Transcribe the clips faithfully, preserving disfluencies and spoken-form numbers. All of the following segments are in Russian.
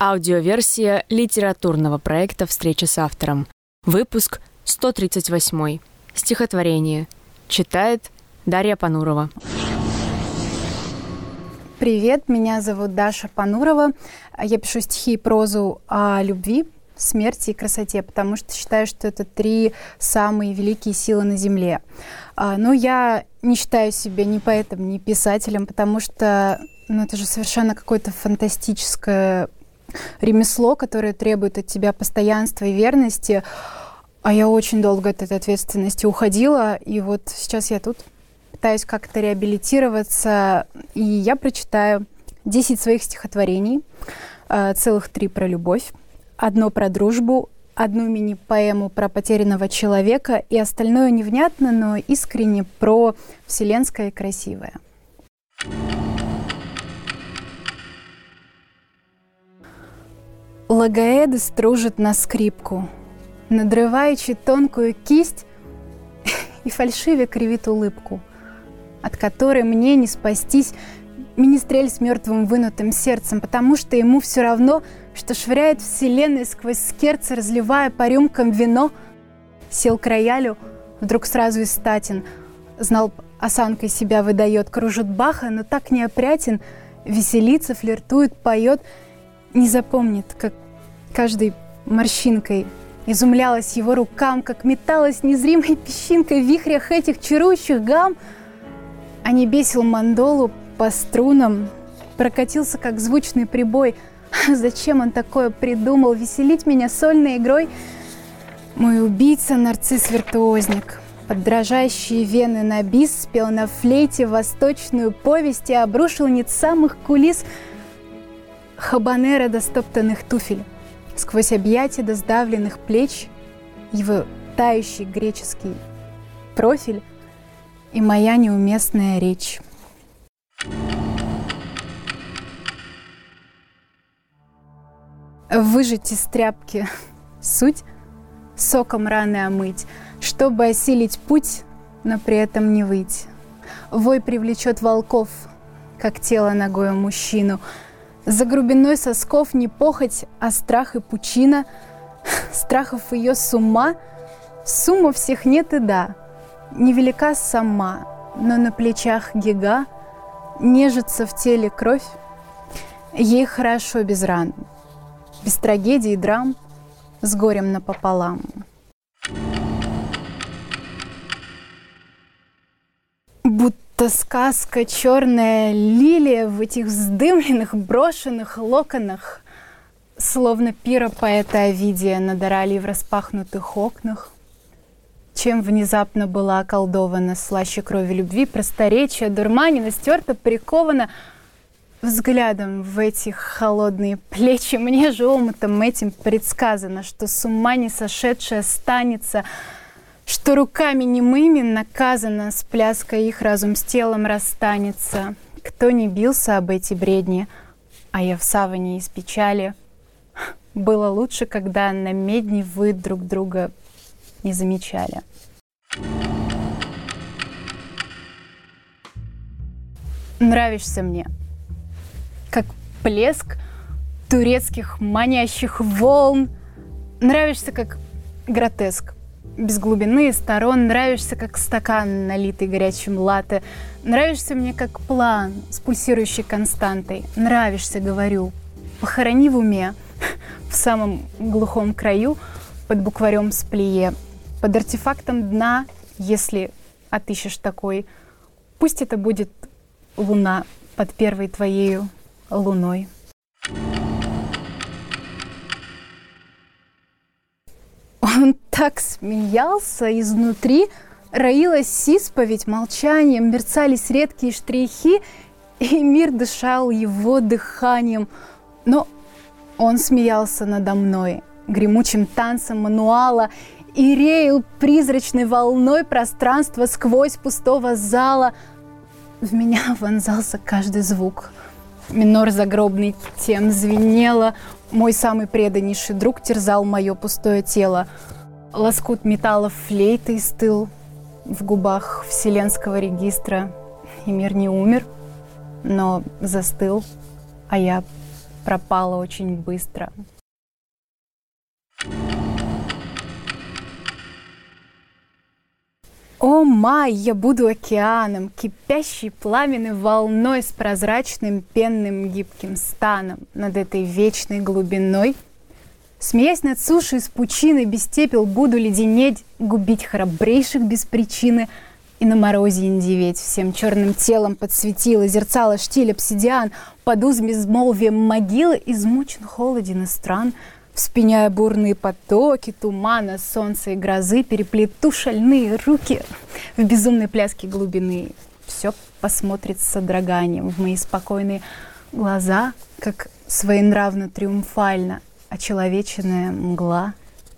Аудиоверсия литературного проекта «Встреча с автором». Выпуск сто тридцать восемь. Стихотворение. Читает Дарья Панурова. Привет, меня зовут Даша Панурова. Я пишу стихи и прозу о любви, смерти и красоте, потому что считаю, что это три самые великие силы на Земле. Но я не считаю себя ни поэтом, ни писателем, потому что ну, это же совершенно какое-то фантастическое ремесло, которое требует от тебя постоянства и верности. А я очень долго от этой ответственности уходила, и вот сейчас я тут пытаюсь как-то реабилитироваться, и я прочитаю десять своих стихотворений, целых три про любовь, одно про дружбу, одну мини-поэму про потерянного человека и остальное невнятно, но искренне про вселенское и красивое. Лагоэды стружат на скрипку, надрываючи тонкую кисть, и фальшиве кривит улыбку, от которой мне не спастись, министрель с мертвым вынутым сердцем, потому что ему все равно, что швыряет вселенной сквозь скерцы, разливая по рюмкам вино. Сел к роялю, вдруг сразу и статен, знал, осанкой себя выдает, кружит Баха, но так неопрятен, веселится, флиртует, поет, не запомнит, как каждой морщинкой изумлялась его рукам, как металась незримой песчинкой в вихрях этих чарующих гамм, а не бесил мандолу по струнам, прокатился, как звучный прибой. Зачем он такое придумал, веселить меня сольной игрой? Мой убийца, нарцисс-виртуозник, под дрожащие вены на бис спел на флейте восточную повесть и обрушил нет самых кулис хабанера до стоптанных туфель. Сквозь объятия до сдавленных плеч его тающий греческий профиль и моя неуместная речь. Выжать из тряпки суть, соком раны омыть, чтобы осилить путь, но при этом не выйти. Вой привлечет волков, как тело ногою мужчину. За глубиной сосков не похоть, а страх и пучина. Страхов ее сумма, сумма всех нет и да. Невелика сама, но на плечах гига нежится в теле кровь. Ей хорошо без ран, без трагедий и драм, с горем напополам. Будто сказка черная лилия в этих вздымленных брошенных локонах, словно пира поэта Овидия над Оралией в распахнутых окнах. Чем внезапно была околдована слаще крови любви, просторечия, дурманина, стерта, прикована взглядом в эти холодные плечи. Мне же омутом этим предсказано, что с ума не сошедшая останется, что руками немыми наказано, с пляской их разум с телом расстанется. Кто не бился об эти бредни, а я в саване из печали. Было лучше, когда на медне вы друг друга не замечали. Нравишься мне, как плеск турецких манящих волн. Нравишься, как гротеск, без глубины и сторон. Нравишься, как стакан, налитый горячим латте. Нравишься мне, как план с пульсирующей константой. Нравишься, говорю, похорони в уме, в самом глухом краю, под букварем с плие, под артефактом дна, если отыщешь такой. Пусть это будет луна под первой твоею луной. Он так смеялся изнутри, роилась исповедь молчанием, мерцались редкие штрихи, и мир дышал его дыханием. Но он смеялся надо мной гремучим танцем мануала и реял призрачной волной пространство сквозь пустого зала. В меня вонзался каждый звук. Минор загробный тем звенело. Мой самый преданнейший друг терзал мое пустое тело. Лоскут металла флейты стыл в губах вселенского регистра. И мир не умер, но застыл, а я пропала очень быстро. О, май, я буду океаном, кипящей пламенной волной с прозрачным пенным гибким станом над этой вечной глубиной. Смеясь над сушей с пучины, без тепел буду леденеть, губить храбрейших без причины и на морозе индиветь, всем черным телом подсветила, зерцало штиль обсидиан, под уз безмолвием могилы, измучен холоден и стран. Вспеняя бурные потоки тумана, солнца и грозы, переплету шальные руки в безумной пляске глубины. Все посмотрит с содроганием в мои спокойные глаза, как своенравно-триумфально очеловеченная мгла.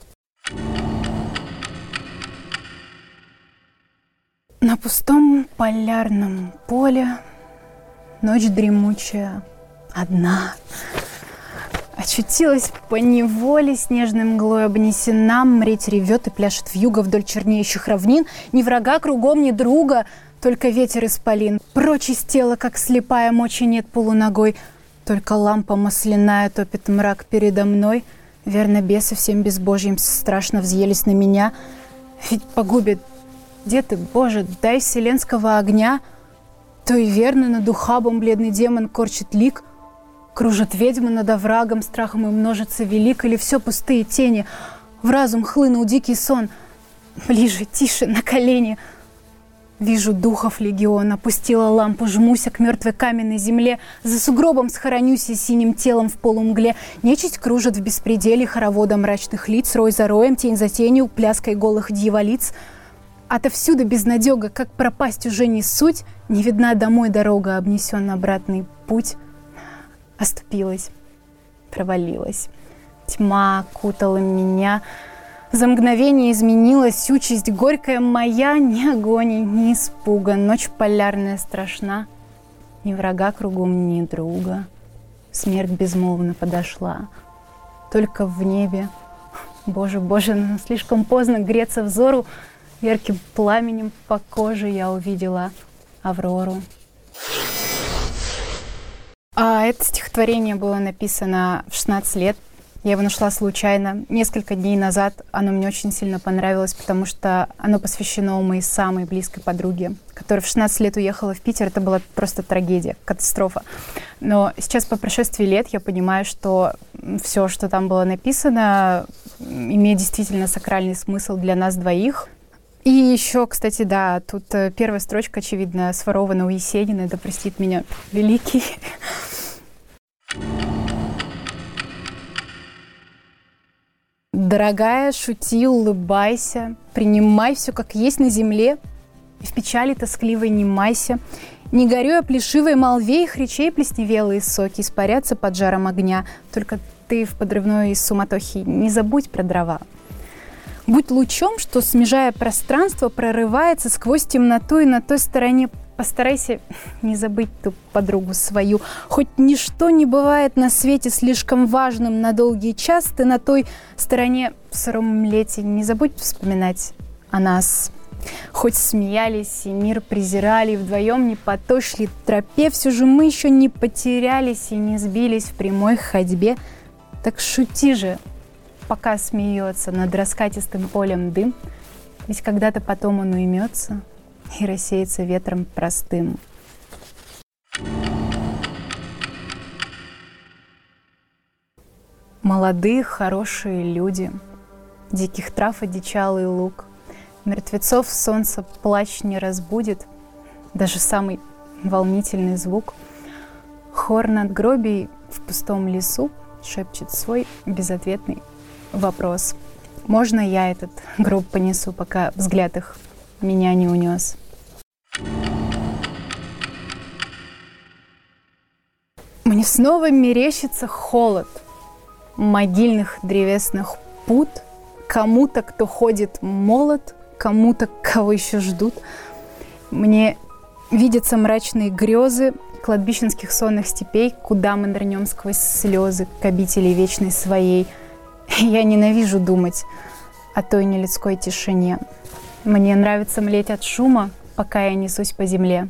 На пустом полярном поле ночь дремучая одна. Очутилась по неволе, снежной мглой обнесена, мреть ревет и пляшет вьюга вдоль чернеющих равнин. Ни врага кругом, ни друга, только ветер исполин. Прочь из тела, как слепая, мочи нет полуногой. Только лампа масляная топит мрак передо мной. Верно, бесы всем безбожьим страшно взъелись на меня. Ведь погубит. Где ты, Боже, дай вселенского огня. То и верно, над ухабом бледный демон корчит лик. Кружат ведьмы над оврагом, страхом и множится велик, или все пустые тени. В разум хлынул дикий сон. Ближе, тише, на колени. Вижу духов легион, опустила лампу, жмуся к мертвой каменной земле. За сугробом схоронюсь и синим телом в полумгле. Нечисть кружит в беспределе хоровода мрачных лиц, рой за роем, тень за тенью, пляской голых дьяволиц. Отовсюду безнадега, как пропасть уже не суть, не видна домой дорога, обнесен обратный путь. Оступилась, провалилась. Тьма окутала меня. За мгновение изменилась участь горькая моя. Ни агония, ни испуга. Ночь полярная страшна. Ни врага кругом, ни друга. Смерть безмолвно подошла. Только в небе, Боже, Боже, но слишком поздно греться взору. Ярким пламенем по коже я увидела Аврору. А это стихотворение было написано в шестнадцать лет. Я его нашла случайно. Несколько дней назад оно мне очень сильно понравилось, потому что оно посвящено моей самой близкой подруге, которая в шестнадцать лет уехала в Питер. Это была просто трагедия, катастрофа. Но сейчас, по прошествии лет, я понимаю, что все, что там было написано, имеет действительно сакральный смысл для нас двоих. И еще, кстати, да, тут первая строчка, очевидно, сворована у Есенина. Да простит меня великий. Дорогая, шути, улыбайся, принимай все как есть на земле, и в печали тоскливой не майся. Не горюй о плешивой молве, их речей плесневелые соки испарятся под жаром огня. Только ты в подрывной суматохе не забудь про дрова. Будь лучом, что, смежая пространство, прорывается сквозь темноту, и на той стороне постарайся не забыть ту подругу свою. Хоть ничто не бывает на свете слишком важным на долгий час, ты на той стороне в сыром лете не забудь вспоминать о нас. Хоть смеялись и мир презирали, вдвоем не по той шли тропе, все же мы еще не потерялись и не сбились в прямой ходьбе. Так шути же, пока смеется над раскатистым полем дым, ведь когда-то потом он уймется и рассеется ветром простым. Молодые, хорошие люди, диких трав одичалый луг, мертвецов солнце плач не разбудит, даже самый волнительный звук. Хор надгробий в пустом лесу шепчет свой безответный вопрос. Можно я этот гроб понесу, пока взгляд их меня не унес? Мне снова мерещится холод могильных древесных пут, кому-то, кто ходит молод, кому-то, кого еще ждут. Мне видятся мрачные грезы кладбищенских сонных степей, куда мы нырнем сквозь слезы к обители вечной своей. Я ненавижу думать о той нелюдской тишине. Мне нравится млеть от шума, пока я несусь по земле.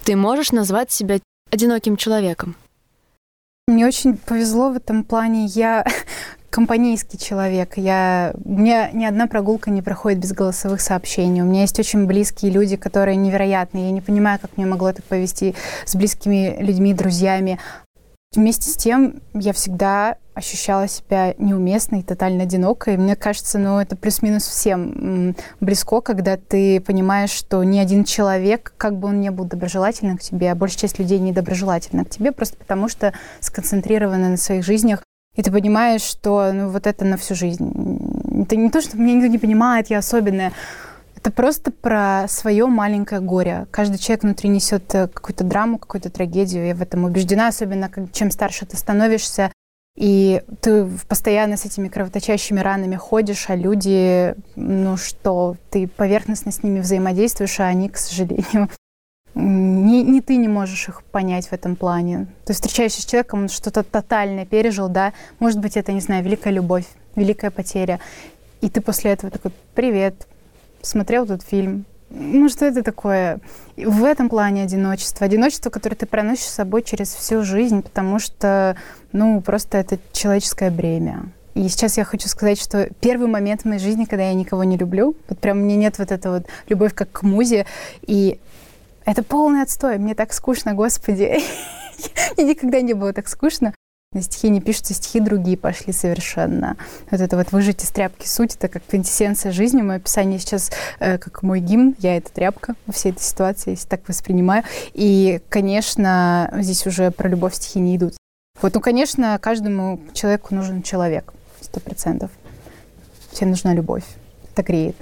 Ты можешь назвать себя одиноким человеком? Мне очень повезло в этом плане. Я компанейский человек. Я... У меня ни одна прогулка не проходит без голосовых сообщений. У меня есть очень близкие люди, которые невероятные. Я не понимаю, как мне могло так повести с близкими людьми, друзьями. Вместе с тем я всегда ощущала себя неуместной, тотально одинокой. Мне кажется, ну, это плюс-минус всем близко, когда ты понимаешь, что ни один человек, как бы он ни был доброжелательным к тебе, а большая часть людей недоброжелательна к тебе, просто потому что сконцентрированы на своих жизнях. И ты понимаешь, что ну, вот это на всю жизнь. Это не то, что меня никто не понимает, я особенная. Это просто про свое маленькое горе. Каждый человек внутри несет какую-то драму, какую-то трагедию. Я в этом убеждена, особенно чем старше ты становишься. И ты постоянно с этими кровоточащими ранами ходишь, а люди, ну что, ты поверхностно с ними взаимодействуешь, а они, к сожалению, не, не ты не можешь их понять в этом плане. Ты встречаешься с человеком, он что-то тотальное пережил, да, может быть, это, не знаю, великая любовь, великая потеря. И ты после этого такой: привет, смотрел этот фильм. Ну, что это такое? В этом плане одиночество. Одиночество, которое ты проносишь с собой через всю жизнь, потому что, ну, просто это человеческое бремя. И сейчас я хочу сказать, что первый момент в моей жизни, когда я никого не люблю, вот прям у меня нет вот этой вот любовь как к музе, и это полный отстой. Мне так скучно, Господи. Мне никогда не было так скучно. На стихи не пишутся, стихи другие пошли совершенно. Вот это вот «выжать из тряпки суть» — это как квинтэссенция жизни. Мое описание сейчас э, как мой гимн. Я — это тряпка во всей этой ситуации, если так воспринимаю. И, конечно, здесь уже про любовь стихи не идут. Вот, ну, конечно, каждому человеку нужен человек. Сто процентов. Всем нужна любовь. Это греет.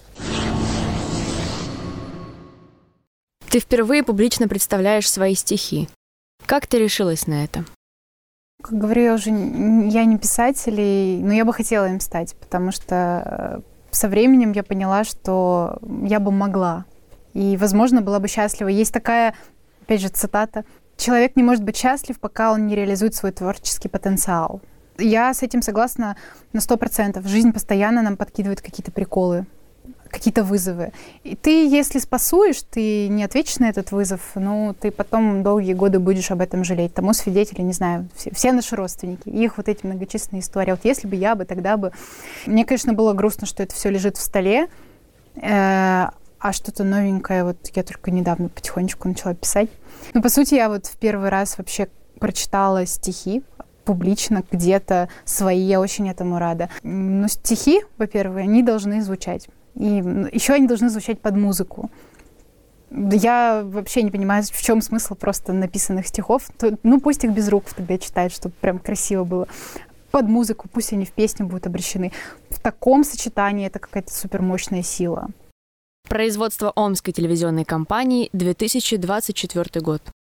Ты впервые публично представляешь свои стихи. Как ты решилась на это? Как говорю, я уже я не писатель, но я бы хотела им стать, потому что со временем я поняла, что я бы могла. И, возможно, была бы счастлива. Есть такая, опять же, цитата: «Человек не может быть счастлив, пока он не реализует свой творческий потенциал». Я с этим согласна на сто процентов. Жизнь постоянно нам подкидывает какие-то приколы, какие-то вызовы. И ты, если спасуешь, ты не ответишь на этот вызов, ну, ты потом долгие годы будешь об этом жалеть. Тому свидетели, не знаю, все, все наши родственники, их вот эти многочисленные истории. Вот если бы я бы, тогда бы... Мне, конечно, было грустно, что это все лежит в столе, э, а что-то новенькое вот я только недавно потихонечку начала писать. Но, по сути, я вот в первый раз вообще прочитала стихи публично, где-то свои, я очень этому рада. Но стихи, во-первых, они должны звучать. И еще они должны звучать под музыку. Я вообще не понимаю, в чем смысл просто написанных стихов. Ну, пусть их без рук тогда читают, чтобы прям красиво было. Под музыку, пусть они в песню будут обращены. В таком сочетании это какая-то супермощная сила. Производство Омской телевизионной компании, две тысячи двадцать четвёртый год.